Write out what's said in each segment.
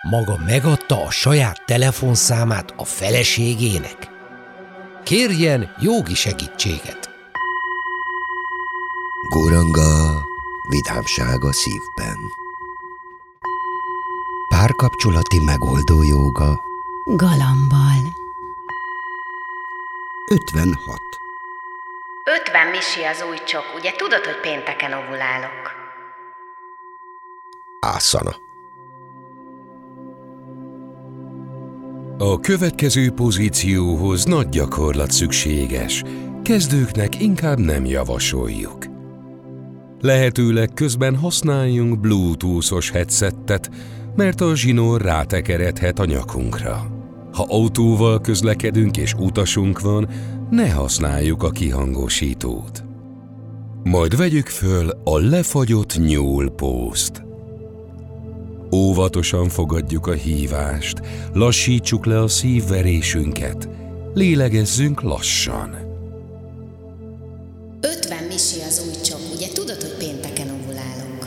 maga megadta a saját telefonszámát a feleségének? Kérjen jogi segítséget. Góranga, vidámság a szívben. Párkapcsolati megoldó jóga. Galambal. 56. 50 misi az új csok, ugye tudod, hogy pénteken ovulálok? Ászana. A következő pozícióhoz nagy gyakorlat szükséges. Kezdőknek inkább nem javasoljuk. Lehetőleg közben használjunk Bluetooth-os headsettet, mert a zsinór rátekeredhet a nyakunkra. Ha autóval közlekedünk és utasunk van, ne használjuk a kihangosítót. Majd vegyük föl a lefagyott nyúlpószt. Óvatosan fogadjuk a hívást, lassítsuk le a szívverésünket, lélegezzünk lassan. 50 misi az új csok, ugye tudod, hogy pénteken ovulálok?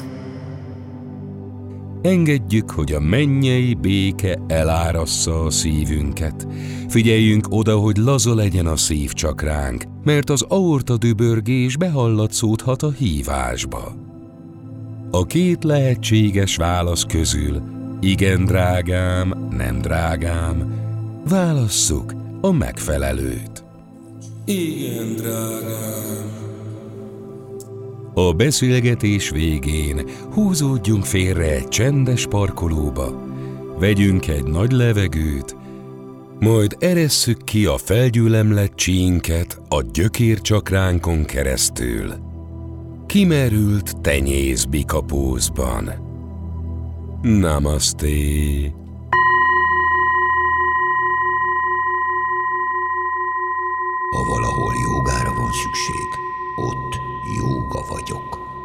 Engedjük, hogy a mennyei béke elárassza a szívünket. Figyeljünk oda, hogy laza legyen a szívcsakránk, mert az aortadübörgés behallatszódhat a hívásba. A két lehetséges válasz közül, igen drágám, nem drágám, válasszuk a megfelelőt. Igen drágám. A beszélgetés végén húzódjunk félre egy csendes parkolóba, vegyünk egy nagy levegőt, majd eresszük ki a felgyülemlett csínket a gyökércsakránkon keresztül. Kimerült tenyészbikapózban. Namaste. Ha valahol jógára van szükség, ott jóga vagyok.